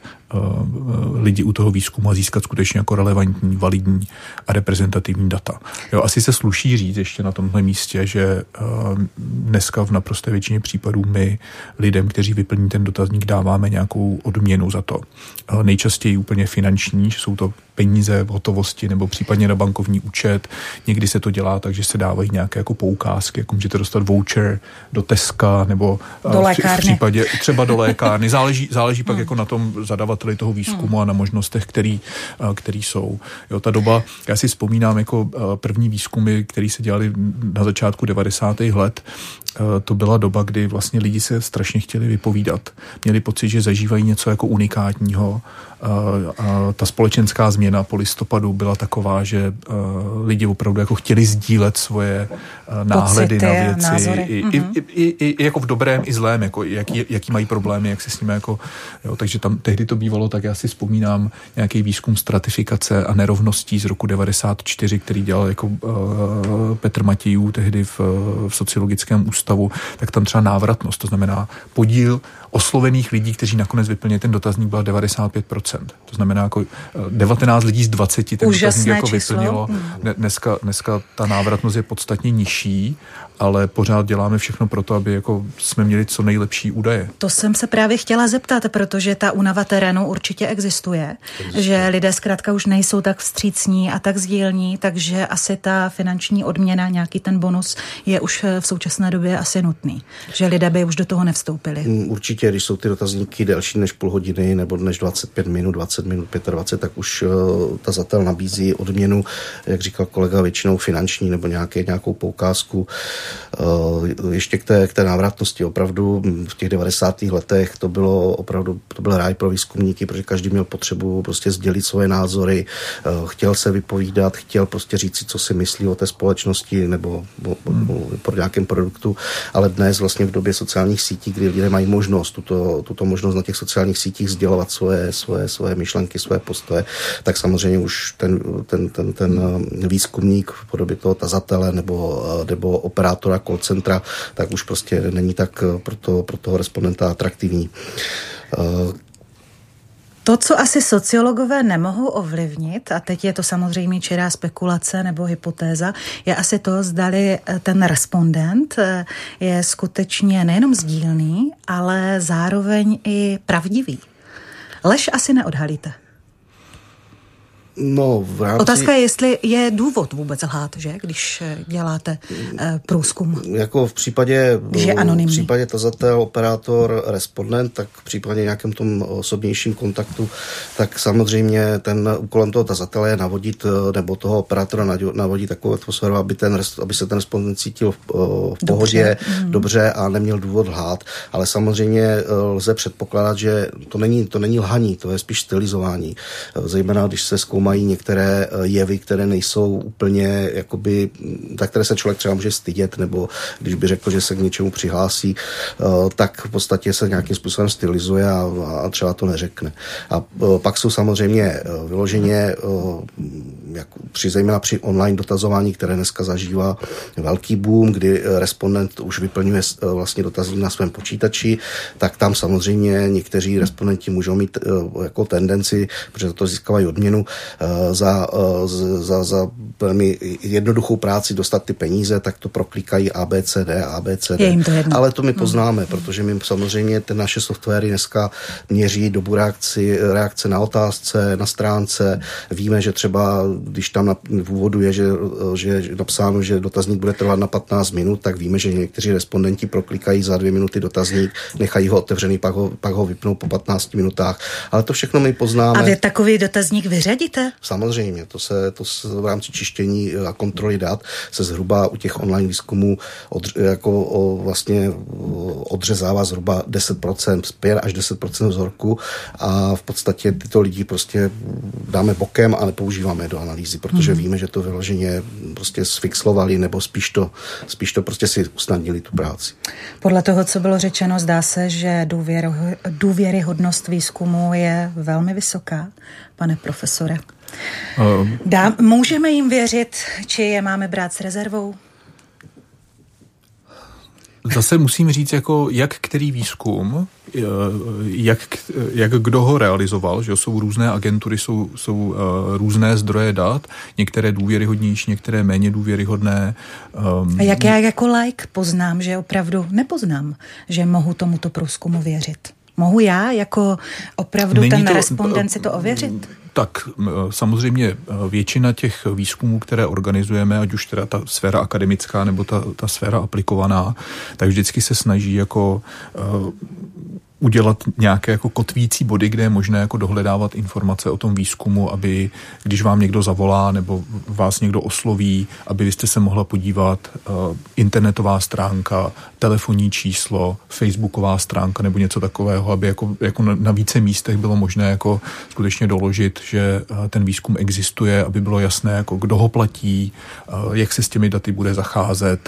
lidi u toho výzkumu a získat skutečně jako relevantní, validní a reprezentativní data. Jo, asi se sluší říct ještě na tomhle místě, že dneska v naprosté většině případů my lidem, kteří vyplní ten dotazník, dáváme nějakou odměnu za to. Nejčastěji úplně finanční, že jsou to peníze v hotovosti nebo případně na bankovní účet. Někdy se to dělá tak, že se dávají nějaké jako poukázky, jako můžete dostat voucher do Teska nebo do v, v případě třeba do lékárny. Záleží, záleží pak hmm. jako na tom zadavateli toho výzkumu hmm. a na možnostech, který, který jsou. Jo, ta doba, já si vzpomínám jako první výzkumy, které se dělaly na začátku devadesátých let, to byla doba, kdy vlastně lidi se strašně chtěli vypovídat. Měli pocit, že zažívají něco jako unikátního. A ta společenská změna po listopadu byla taková, že lidi opravdu jako chtěli sdílet svoje náhledy pocity, na věci. názory. I, mm-hmm. i, i, i, i jako v dobrém, i zlém, jako jaký, jaký mají problémy, jak se s nimi jako, jo, takže tam tehdy to bývalo, tak já si vzpomínám nějaký výzkum stratifikace a nerovností z roku devadesát čtyři, který dělal jako uh, Petr Matějů tehdy v, v sociologickém ústavu postavu, tak tam třeba návratnost, to znamená podíl oslovených lidí, kteří nakonec vyplnili ten dotazník, byla devadesát pět procent. To znamená jako devatenáct lidí z dvaceti ten Úžasné dotazník jako číslo. vyplnilo. Dneska, dneska ta návratnost je podstatně nižší, ale pořád děláme všechno pro to, aby jako jsme měli co nejlepší údaje. To jsem se právě chtěla zeptat, protože ta únava terénu určitě existuje, existuje. Že lidé zkrátka už nejsou tak vstřícní a tak sdílní, takže asi ta finanční odměna, nějaký ten bonus je už v současné době asi nutný, že lidé by už do toho nevstoupili. Určitě, když jsou ty dotazníky delší než půl hodiny nebo než dvacet pět minut, dvacet minut, dvacet pět, tak už uh, tazatel nabízí odměnu, jak říkal kolega, většinou finanční nebo nějaké, nějakou poukázku. Uh, ještě k té, k té návratnosti. Opravdu v těch devadesátých letech to bylo opravdu, to byl ráj pro výzkumníky, protože každý měl potřebu prostě sdělit svoje názory, uh, chtěl se vypovídat, chtěl prostě říct si, co si myslí o té společnosti nebo o, o, o, o nějakém produktu, ale dnes vlastně v době sociálních sítí, kdy lidé mají možnost, tuto, tuto možnost na těch sociálních sítích sdělovat svoje, svoje, svoje myšlenky, svoje postoje, tak samozřejmě už ten, ten, ten, ten výzkumník v podobě toho tazatele nebo, nebo operátora call centra, tak už prostě není tak pro, to, pro toho respondenta atraktivní. To, co asi sociologové nemohou ovlivnit, a teď je to samozřejmě čirá spekulace nebo hypotéza, je asi to, zdali ten respondent je skutečně nejenom sdílný, ale zároveň i pravdivý. Lež asi neodhalíte. No, v rámci... Otázka je, jestli je důvod vůbec lhát, že, když děláte e, průzkum. Jako v případě, v případě tazatel, operátor, respondent, tak v případě nějakém tom osobnějším kontaktu, tak samozřejmě ten úkolem toho tazatele je navodit, nebo toho operátora navodit takovou atmosféru, aby, ten, aby se ten respondent cítil v, v pohodě, dobře. Mm. dobře a neměl důvod lhát. Ale samozřejmě lze předpokládat, že to není, to není lhaní, to je spíš stylizování. Zejména, když se zkoumá mají některé jevy, které nejsou úplně, jakoby, za které se člověk třeba může stydět, nebo když by řekl, že se k něčemu přihlásí, tak v podstatě se nějakým způsobem stylizuje a, a třeba to neřekne. A pak jsou samozřejmě vyloženě, jak při, zejména při online dotazování, které dneska zažívá velký boom, kdy respondent už vyplňuje vlastně dotazník na svém počítači, tak tam samozřejmě někteří respondenti můžou mít jako tendenci, protože to získávají odměnu, za, za, za velmi jednoduchou práci dostat ty peníze, tak to proklikají A B C D, A B C D. Je jim to jedno. Ale to my poznáme, hmm. protože my samozřejmě ty naše softwary dneska měří dobu reakci, reakce na otázce, na stránce. Víme, že třeba, když tam na, v úvodu je, že, že je napsáno, že dotazník bude trvat na patnáct minut, tak víme, že někteří respondenti proklikají za dvě minuty dotazník, nechají ho otevřený, pak ho, pak ho vypnou po patnácti minutách. Ale to všechno my poznáme. A vy takový dotazník vyřadíte? Samozřejmě, to se to se v rámci čištění a kontroly dat se zhruba u těch online výzkumů od, jako o, vlastně odřezává zhruba deset procent, pět až deset procent vzorku a v podstatě tyto lidi prostě dáme bokem a nepoužíváme do analýzy, protože hmm. víme, že to vyloženě prostě sfixlovali nebo spíš to, spíš to prostě si usnadnili tu práci. Podle toho, co bylo řečeno, zdá se, že důvěry, důvěryhodnost výzkumu je velmi vysoká, pane profesore. Dá, můžeme jim věřit, či je máme brát s rezervou? Zase musím říct, jako jak který výzkum, jak, jak kdo ho realizoval, že jsou různé agentury, jsou, jsou uh, různé zdroje dat, některé důvěryhodnější, některé méně důvěryhodné. Um, A jak já jako laik poznám, že opravdu nepoznám, že mohu tomuto průzkumu věřit? Mohu já jako opravdu Není ten to, respondent si to ověřit? Tak samozřejmě většina těch výzkumů, které organizujeme, ať už teda ta sféra akademická nebo ta, ta sféra aplikovaná, tak vždycky se snaží jako uh, udělat nějaké jako kotvící body, kde je možné jako dohledávat informace o tom výzkumu, aby když vám někdo zavolá nebo vás někdo osloví, aby vy jste se mohla podívat uh, internetová stránka, telefonní číslo, facebooková stránka nebo něco takového, aby jako, jako na, na více místech bylo možné jako skutečně doložit, že uh, ten výzkum existuje, aby bylo jasné, jako kdo ho platí, uh, jak se s těmi daty bude zacházet,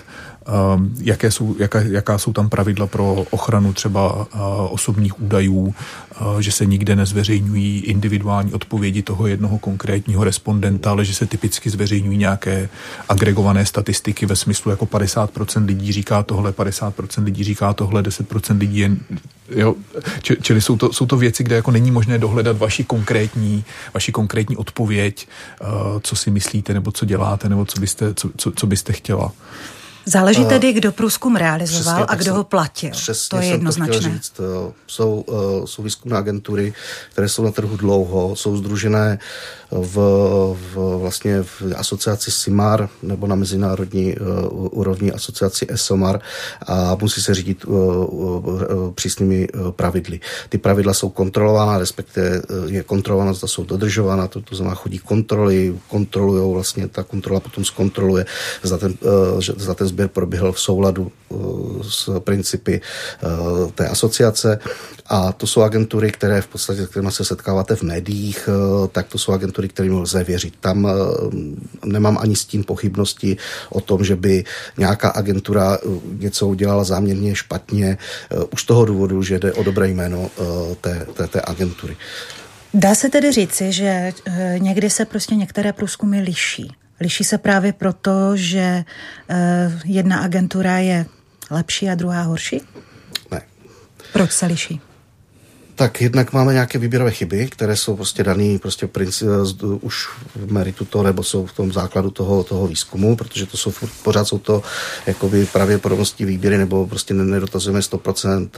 jaké jsou, jaká, jaká jsou tam pravidla pro ochranu třeba osobních údajů, že se nikde nezveřejňují individuální odpovědi toho jednoho konkrétního respondenta, ale že se typicky zveřejňují nějaké agregované statistiky ve smyslu jako padesát procent lidí říká tohle, padesát procent lidí říká tohle, deset procent lidí jen, jo, čili jsou to, jsou to věci, kde jako není možné dohledat vaši konkrétní, vaši konkrétní odpověď, co si myslíte, nebo co děláte, nebo co byste, co, co, co byste chtěla. Záleží tedy, kdo průzkum realizoval Přesně, a kdo ho platil. Přesně to je jednoznačné. Říct. Jsou, jsou výzkumné agentury, které jsou na trhu dlouho, jsou sdružené v, v, vlastně v asociaci S I M A R nebo na mezinárodní uh, úrovni asociaci E S O M A R a musí se řídit uh, uh, přísnými uh, pravidly. Ty pravidla jsou kontrolována, respektive uh, je kontrolována, zda jsou dodržována, to, to znamená chodí kontroly, kontrolujou vlastně, ta kontrola potom zkontroluje, zda ten, uh, zda ten sběr proběhl v souladu uh, s principy uh, té asociace a to jsou agentury, které v podstatě, s kterými se setkáváte v médiích, uh, tak to jsou agentury, kterým lze věřit. Tam uh, nemám ani stín pochybnosti o tom, že by nějaká agentura uh, něco udělala záměrně špatně, uh, už z toho důvodu, že jde o dobré jméno uh, té, té, té agentury. Dá se tedy říci, že uh, někdy se prostě některé průzkumy liší. Liší se právě proto, že uh, jedna agentura je lepší a druhá horší? Ne. Proč se liší? Tak jednak máme nějaké výběrové chyby, které jsou prostě daný prostě princip, už v meritu toho, nebo jsou v tom základu toho, toho výzkumu, protože to jsou pořád jsou to jakoby pravděpodobnosti výběry, nebo prostě nedotazujeme sto procent,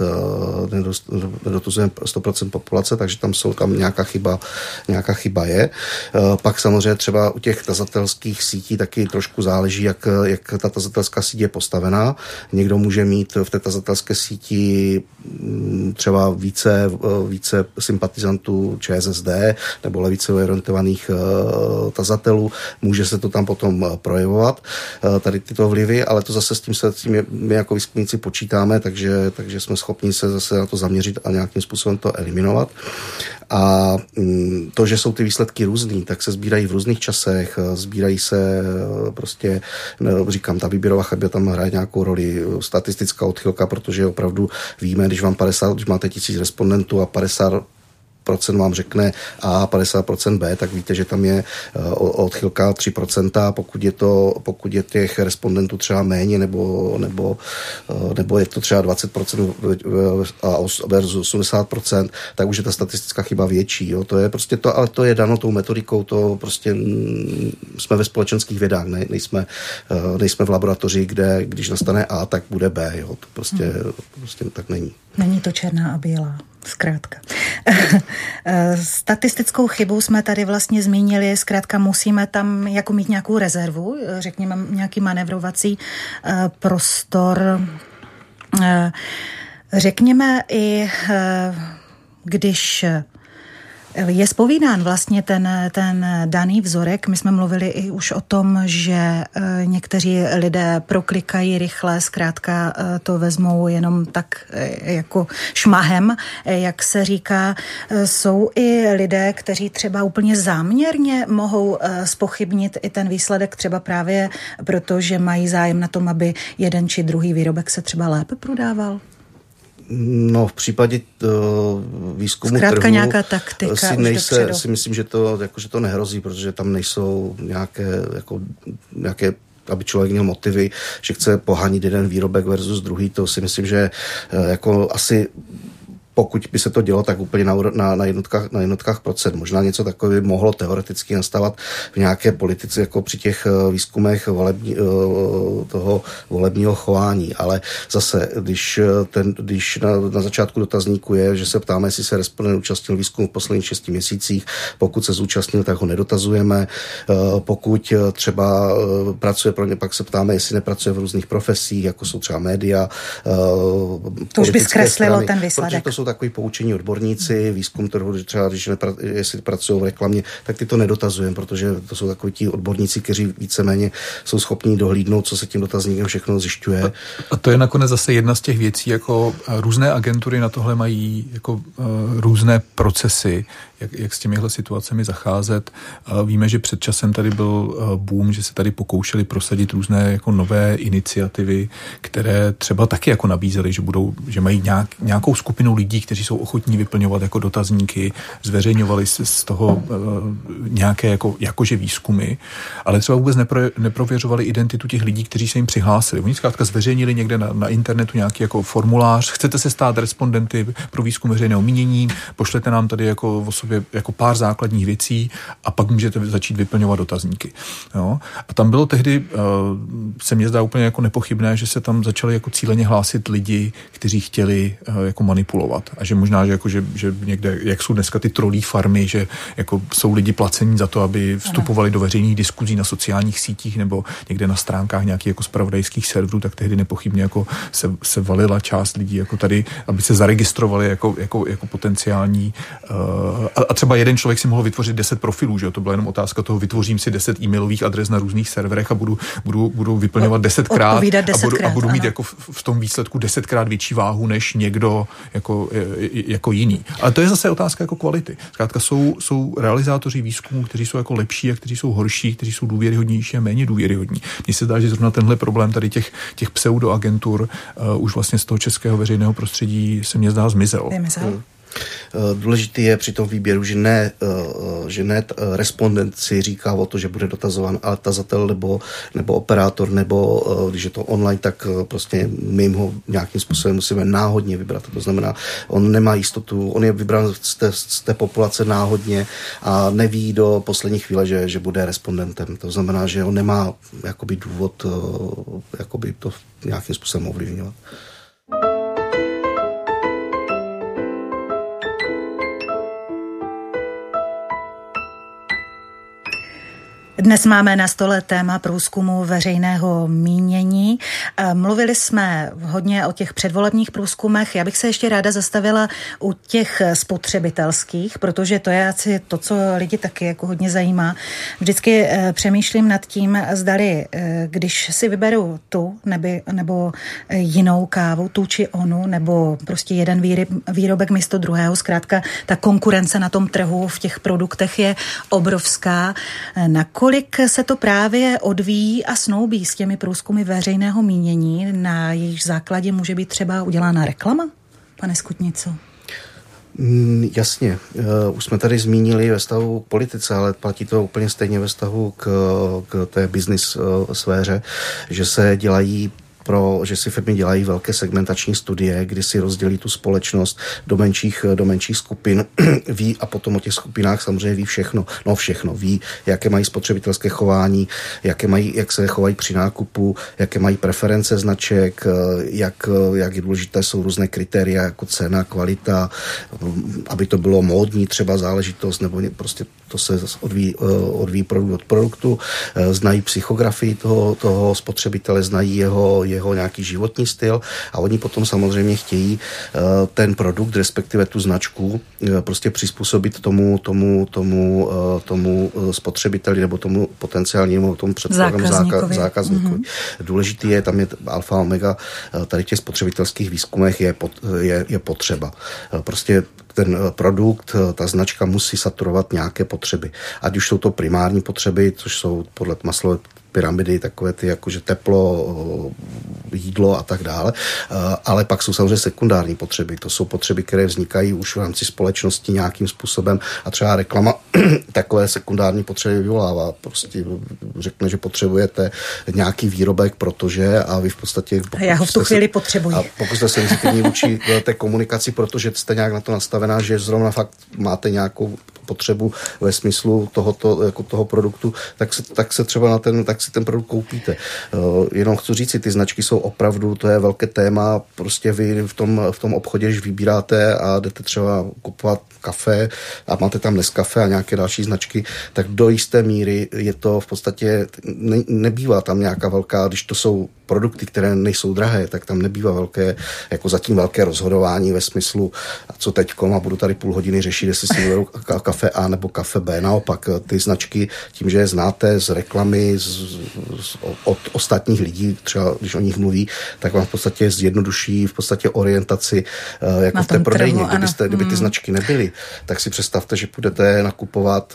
nedotazujeme sto procent populace, takže tam jsou tam nějaká chyba, nějaká chyba je. Pak samozřejmě třeba u těch tazatelských sítí taky trošku záleží, jak, jak ta tazatelská síť je postavená. Někdo může mít v té tazatelské síti třeba více více sympatizantů ČSSD nebo levicově orientovaných uh, tazatelů. Může se to tam potom uh, projevovat, uh, tady tyto vlivy, ale to zase s tím, se, s tím je, my jako výzkumníci počítáme, takže, takže jsme schopni se zase na to zaměřit a nějakým způsobem to eliminovat. A um, to, že jsou ty výsledky různý, tak se sbírají v různých časech, sbírají se uh, prostě, no, říkám, ta výběrová chyba tam hraje nějakou roli, statistická odchylka, protože opravdu víme, když vám padesát, když máte tisíc respondentů a padesát procent vám řekne A, padesát procent B, tak víte, že tam je odchylka tři procenta, pokud je to, pokud je těch respondentů třeba méně, nebo, nebo, nebo je to třeba dvacet procent a versus osmdesát procent, tak už je ta statistická chyba větší. Jo. To je prostě to, ale to je dano tou metodikou, to prostě jsme ve společenských vědách, ne, nejsme, nejsme v laboratoři, kde když nastane A, tak bude B. Jo. To prostě, hmm. prostě tak není. Není to černá a bílá. Zkrátka. Statistickou chybu jsme tady vlastně zmínili, zkrátka musíme tam jako mít nějakou rezervu, řekněme nějaký manevrovací prostor. Řekněme i, když je zpovídán vlastně ten, ten daný vzorek. My jsme mluvili i už o tom, že někteří lidé proklikají rychle, zkrátka to vezmou jenom tak jako šmahem, jak se říká. Jsou i lidé, kteří třeba úplně záměrně mohou zpochybnit i ten výsledek, třeba právě proto, že mají zájem na tom, aby jeden či druhý výrobek se třeba lépe prodával? No, v případě uh, výzkumu zkrátka trhu nějaká taktika si, nejse, si myslím, že to, jako, že to nehrozí, protože tam nejsou nějaké, jako, nějaké aby člověk měl motivy, že chce pohánit jeden výrobek versus druhý, to si myslím, že uh, jako asi pokud by se to dělo, tak úplně na, na, na, jednotkách, na jednotkách procent. Možná něco takové by mohlo teoreticky nastávat v nějaké politice, jako při těch výzkumech volební, toho volebního chování. Ale zase, když, ten, když na, na začátku dotazníku je, že se ptáme, jestli se respondent účastnil výzkumu v posledních šesti měsících, pokud se zúčastnil, tak ho nedotazujeme. Pokud třeba pracuje pro ně, pak se ptáme, jestli nepracuje v různých profesích, jako jsou třeba média. To už by zkreslilo ten výsledek. To jsou takový poučení odborníci, výzkum trhu, třeba když nepra, jestli pracují v reklamě, tak ty to nedotazujeme, protože to jsou takoví ti odborníci, kteří víceméně jsou schopní dohlídnout, co se tím dotazníkem všechno zjišťuje. A to je nakonec zase jedna z těch věcí, jako různé agentury na tohle mají jako uh, různé procesy, jak, jak s těmihle situacemi zacházet. Víme, že před časem tady byl boom, že se tady pokoušeli prosadit různé jako nové iniciativy, které třeba taky jako nabízely, že budou, že mají nějak, nějakou skupinu lidí, kteří jsou ochotní vyplňovat jako dotazníky, zveřejňovali se z toho nějaké jako, jakože výzkumy, ale třeba vůbec nepro, neprověřovali identitu těch lidí, kteří se jim přihlásili. Oni zkrátka zveřejnili někde na, na internetu nějaký jako formulář, chcete se stát respondenty pro výzkum veřejného mínění, pošlete nám tady jako o sobě jako pár základních věcí a pak můžete začít vyplňovat dotazníky. Jo? A tam bylo tehdy, uh, se mně zdá úplně jako nepochybné, že se tam začali jako cíleně hlásit lidi, kteří chtěli uh, jako manipulovat. A že možná, že, jako, že, že někde, jak jsou dneska ty trolí farmy, že jako jsou lidi placení za to, aby vstupovali do veřejných diskuzí na sociálních sítích nebo někde na stránkách nějakých jako zpravodajských serverů, tak tehdy nepochybně jako se, se valila část lidí jako tady, aby se zaregistrovali jako, jako, jako potenciální. Uh, a, a třeba jeden člověk si mohl vytvořit deset profilů, že jo? To byla jenom otázka toho, vytvořím si deset e-mailových adres na různých serverech a budu, budu, budu vyplňovat desetkrát a budu, a budu mít jako v, v tom výsledku desetkrát větší váhu než někdo jako, jako jiný. Ale to je zase otázka jako kvality. Zkrátka jsou, jsou realizátoři výzkumů, kteří jsou jako lepší a kteří jsou horší, kteří jsou důvěryhodnější a méně důvěryhodní. Mně se zdá, že zrovna tenhle problém tady těch, těch pseudoagentur uh, už vlastně z toho českého veřejného prostředí se mně zdá zmizel. Vymizel. Hmm. Důležitý je při tom výběru, že ne, že ne respondent si říká o to, že bude dotazován, ale tazatel nebo, nebo operátor, nebo když je to online, tak prostě my jim ho nějakým způsobem musíme náhodně vybrat. To znamená, on nemá jistotu, on je vybrán z té, z té populace náhodně a neví do poslední chvíle, že, že bude respondentem. To znamená, že on nemá jakoby důvod jakoby to nějakým způsobem ovlivňovat. Dnes máme na stole téma průzkumu veřejného mínění. Mluvili jsme hodně o těch předvolebních průzkumech. Já bych se ještě ráda zastavila u těch spotřebitelských, protože to je asi to, co lidi taky jako hodně zajímá. Vždycky přemýšlím nad tím, zdali, když si vyberu tu neby, nebo jinou kávu, tu či onu, nebo prostě jeden výryb, výrobek místo druhého. Zkrátka ta konkurence na tom trhu v těch produktech je obrovská. Nakolik se to právě odvíjí a snoubí s těmi průzkumy veřejného mínění, na jejich základě může být třeba udělána reklama, pane Skutnico? Mm, jasně. Uh, už jsme tady zmínili ve vztahu k politice, ale platí to úplně stejně ve vztahu k, k té business uh, sféře, že se dělají Pro, že si firmy dělají velké segmentační studie, kdy si rozdělí tu společnost do menších, do menších skupin, ví a potom o těch skupinách samozřejmě ví všechno, no všechno, ví, jaké mají spotřebitelské chování, jaké mají, jak se chovají při nákupu, jaké mají preference značek, jak, jak je důležité jsou různé kritéria, jako cena, kvalita, aby to bylo módní třeba záležitost, nebo prostě to se odvíjí, odvíjí produkt od produktu, znají psychografii toho, toho spotřebitele, znají jeho, jeho nějaký životní styl a oni potom samozřejmě chtějí ten produkt, respektive tu značku prostě přizpůsobit tomu, tomu, tomu, tomu spotřebiteli nebo tomu potenciálnímu, tomu zákazníkovi. zákazníkovi. Mm-hmm. Důležitý je, tam je alfa omega, tady v těch spotřebitelských výzkumech je, je, je potřeba. Prostě ten produkt, ta značka musí saturovat nějaké potřeby. Ať už jsou to primární potřeby, což jsou podle Maslowovy pyramidy, takové ty jakože teplo, jídlo a tak dále, ale pak jsou samozřejmě sekundární potřeby. To jsou potřeby, které vznikají už v rámci společnosti nějakým způsobem a třeba reklama takové sekundární potřeby vyvolává. Prostě řekne, že potřebujete nějaký výrobek, protože a vy v podstatě... Já ho v tu chvíli potřebuji. A pokud jste senzitivní vůči té komunikaci, protože jste nějak na to nastavená, že zrovna fakt máte nějakou potřebu ve smyslu tohoto, jako toho produktu, tak se, tak se třeba na ten, tak si ten produkt koupíte. Uh, jenom chci říct si, ty značky jsou opravdu, to je velké téma, prostě vy v tom, v tom obchodě, když vybíráte a jdete třeba kupovat kafe a máte tam Nescafé a nějaké další značky, tak do jisté míry je to v podstatě, ne, nebývá tam nějaká velká, když to jsou produkty, které nejsou drahé, tak tam nebývá velké, jako zatím velké rozhodování ve smyslu, co teďko a budu tady půl hodiny řešit, jestli si vyberu kafe kafe A nebo kafe B. Naopak ty značky, tím, že je znáte z reklamy, z, z, od ostatních lidí, třeba když o nich mluví, tak vám v podstatě zjednoduší v podstatě orientaci jako na v té prodejně. Trhu, Kdybyste, kdyby ty značky nebyly, tak si představte, že půjdete nakupovat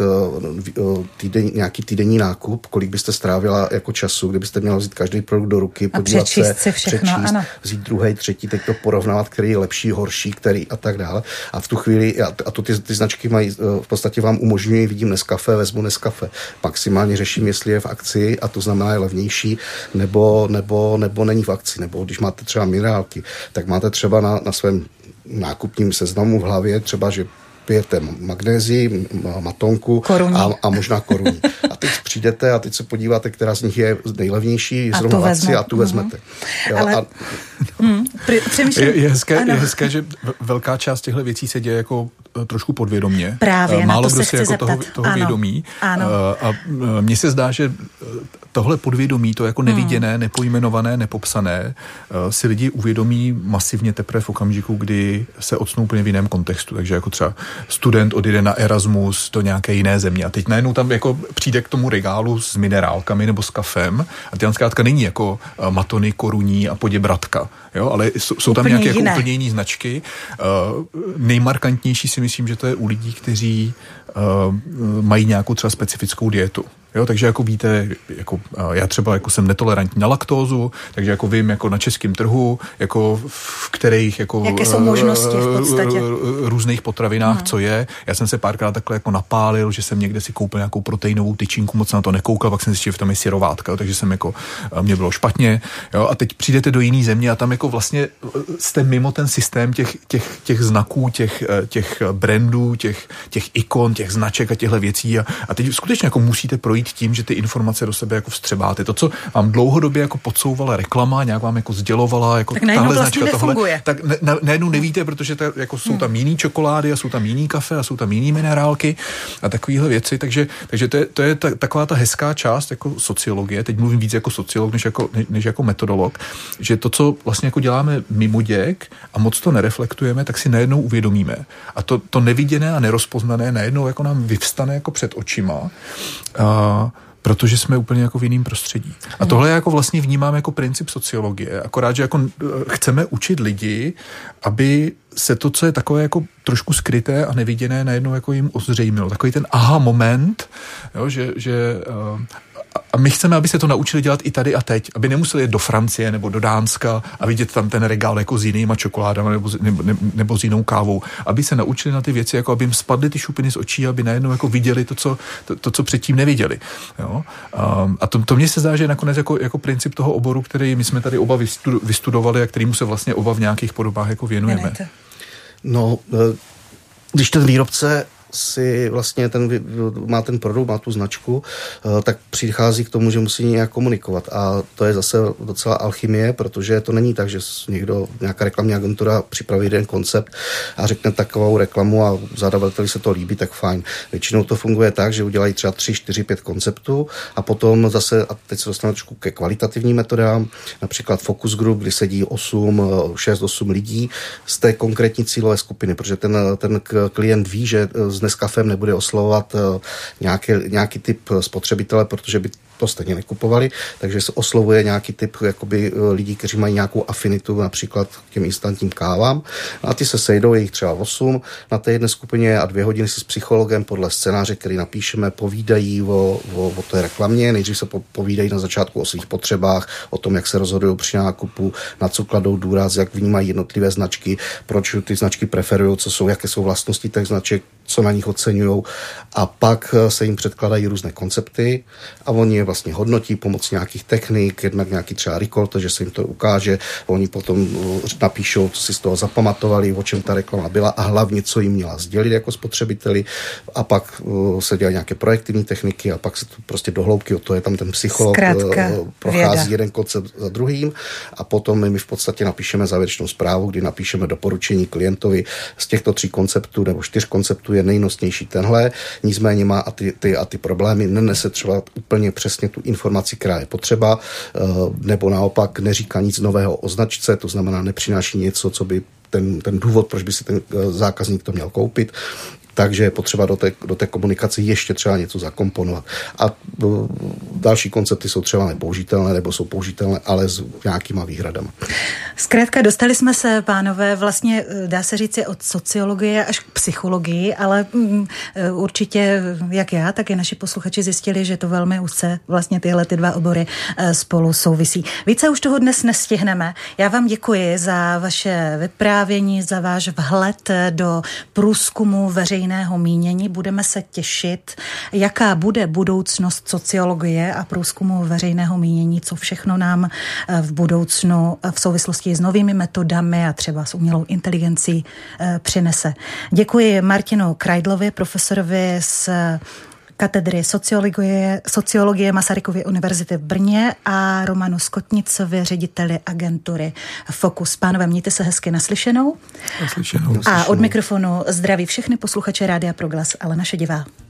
týden, nějaký týdenní nákup, kolik byste strávila jako času, kdybyste měla vzít každý produkt do ruky, podívat se, si všechno, přečíst, ano. vzít druhý, třetí, teď to porovnávat, který je lepší, horší, který a tak dále. A v tu chvíli, a to ty, ty značky mají, v podstatě vám umožňují, vidím Nescafé, vezmu Nescafé. Maximálně řeším, jestli je v akci, a to znamená je levnější, nebo, nebo, nebo není v akci. Nebo když máte třeba minerálky, tak máte třeba na, na svém nákupním seznamu v hlavě třeba, že pijete magnézii, matonku a, a možná koruní. A teď přijdete a teď se podíváte, která z nich je nejlevnější, zrovna v akci a tu vezmete. Jo, Ale... a... Hmm, je, je, hezké, je hezké, že velká část těchto věcí se děje jako trošku podvědomně. Právě, málo na to kdo se si jako zeptat. toho, toho ano, vědomí. Ano. A mně se zdá, že tohle podvědomí, to jako neviděné, hmm. nepojmenované, nepopsané, si lidi uvědomí masivně teprve v okamžiku, kdy se ocnou úplně v jiném kontextu. Takže jako třeba student odjede na Erasmus do nějaké jiné země a teď najednou tam jako přijde k tomu regálu s minerálkami nebo s kafem a ty zkrátka není jako matony, koruní a Poděbratka, jo, ale jsou, jsou tam nějaké jako úplně jiné značky. Uh, nejmarkantnější si myslím, že to je u lidí, kteří uh, mají nějakou třeba specifickou dietu. Jo, takže jako víte, jako já třeba jako jsem netolerantní na laktózu, takže jako vím jako na českém trhu, jako v kterých jako jaké jsou možnosti v podstatě různých potravinách, hmm. co je. Já jsem se párkrát takhle jako napálil, že jsem někde si koupil nějakou proteinovou tyčinku, moc na to nekoukal, pak jsem zjistil, že tam je syrovátka, jo, takže jsem jako mě bylo špatně, jo, a teď přijdete do jiné země a tam jako vlastně jste mimo ten systém těch, těch, těch znaků, těch, těch brandů, těch, těch ikon, těch značek a těchto věcí a, a teď skutečně jako musíte projít tím, že ty informace do sebe jako vstřebáte. To, co vám dlouhodobě jako podsouvala reklama, nějak vám jako sdělovala, jako tak tahle vlastně značka tohle, tak ne, ne, najednou nevíte, protože ta, jako jsou tam jiný čokolády a jsou tam jiný kafe a jsou tam jiný minerálky a takovéhle věci, takže, takže to je, to je ta, taková ta hezká část jako sociologie, teď mluvím víc jako sociolog, než jako, ne, než jako metodolog, že to, co vlastně jako děláme mimo děk a moc to nereflektujeme, tak si najednou uvědomíme. A to, to neviděné a nerozpoznané najednou jako nám vyvstane jako před očima. A protože jsme úplně jako v jiném prostředí. A tohle jako vlastně vnímám jako princip sociologie. Akorát, že jako chceme učit lidi, aby se to, co je takové jako trošku skryté a neviděné, najednou jako jim ozřejmilo. Takový ten aha moment, jo, že, že a my chceme, aby se to naučili dělat i tady a teď, aby nemuseli jít do Francie nebo do Dánska a vidět tam ten regál jako s jinýma čokoládama nebo, nebo, nebo s jinou kávou. Aby se naučili na ty věci, jako aby jim spadly ty šupiny z očí, aby najednou jako viděli to, co, to, to, co předtím neviděli. Jo? Um, a to, to mně se zdá, že je nakonec jako, jako princip toho oboru, který my jsme tady oba vystudovali a kterýmu se vlastně oba v nějakých podobách jako věnujeme. No, když ten výrobce si vlastně ten, má ten produkt, má tu značku, tak přichází k tomu, že musí nějak komunikovat. A to je zase docela alchymie, protože to není tak, že někdo, nějaká reklamní agentura připraví jeden koncept a řekne takovou reklamu a zadavateli se to líbí, tak fajn. Většinou to funguje tak, že udělají třeba tři, čtyři, pět konceptů a potom zase, a teď se dostaneme trošku ke kvalitativním metodám, například focus group, kdy sedí osm, šest, osm lidí z té konkrétní cílové skupiny, protože ten, ten klient ví, že s Nescafem nebude oslovovat nějaký, nějaký typ spotřebitele, protože by to stejně nekupovali, takže se oslovuje nějaký typ jakoby lidí, kteří mají nějakou afinitu například k těm instantním kávám. A ty se sejdou, je jich třeba osm na té jedné skupině a dvě hodiny si s psychologem podle scénáře, který napíšeme, povídají o, o, o té reklamě. Nejdřív se povídají na začátku o svých potřebách, o tom, jak se rozhodují při nákupu, na co kladou důraz, jak vnímají jednotlivé značky, proč ty značky preferují, co jsou, jaké jsou vlastnosti těch značek, co na nich oceňují, a pak se jim předkládají různé koncepty a oni je vlastně hodnotí pomocí nějakých technik, jednak nějaký třeba recall, takže se jim to ukáže, oni potom napíšou, co si z toho zapamatovali, o čem ta reklama byla a hlavně, co jim měla sdělit jako spotřebiteli, a pak se dělají nějaké projektivní techniky a pak se to prostě do hloubky, o to je tam ten psycholog, Zkrátka, prochází věda. jeden koncept za druhým a potom my v podstatě napíšeme závěrečnou zprávu, kdy napíšeme doporučení klientovi z těchto tří konceptů nebo čtyř konceptů je nejnosnější tenhle, nicméně má a ty, ty, a ty problémy, nenese třeba úplně přesně tu informaci, která je potřeba, nebo naopak neříká nic nového o značce, to znamená nepřináší něco, co by ten, ten důvod, proč by si ten zákazník to měl koupit. takže je potřeba do té, do té komunikace ještě třeba něco zakomponovat. A další koncepty jsou třeba nepoužitelné, nebo jsou použitelné, ale s nějakýma výhradami. Zkrátka dostali jsme se, pánové, vlastně dá se říci od sociologie až k psychologii, ale um, určitě jak já, tak i naši posluchači zjistili, že to velmi úzce vlastně tyhle ty dva obory uh, spolu souvisí. Více už toho dnes nestihneme. Já vám děkuji za vaše vyprávění, za váš vhled do průzkumu veřejného mínění. Budeme se těšit, jaká bude budoucnost sociologie a průzkumu veřejného mínění, co všechno nám v budoucnu v souvislosti s novými metodami a třeba s umělou inteligencí přinese. Děkuji Martinu Kreidlovi, profesorovi z katedry sociologie, sociologie Masarykovy univerzity v Brně a Romanu Skotnicovi, řediteli agentury Focus. Pánové, mějte se hezky, naslyšenou. Naslyšenou. A od mikrofonu zdraví všechny posluchače Rádia Proglas, ale naše divá.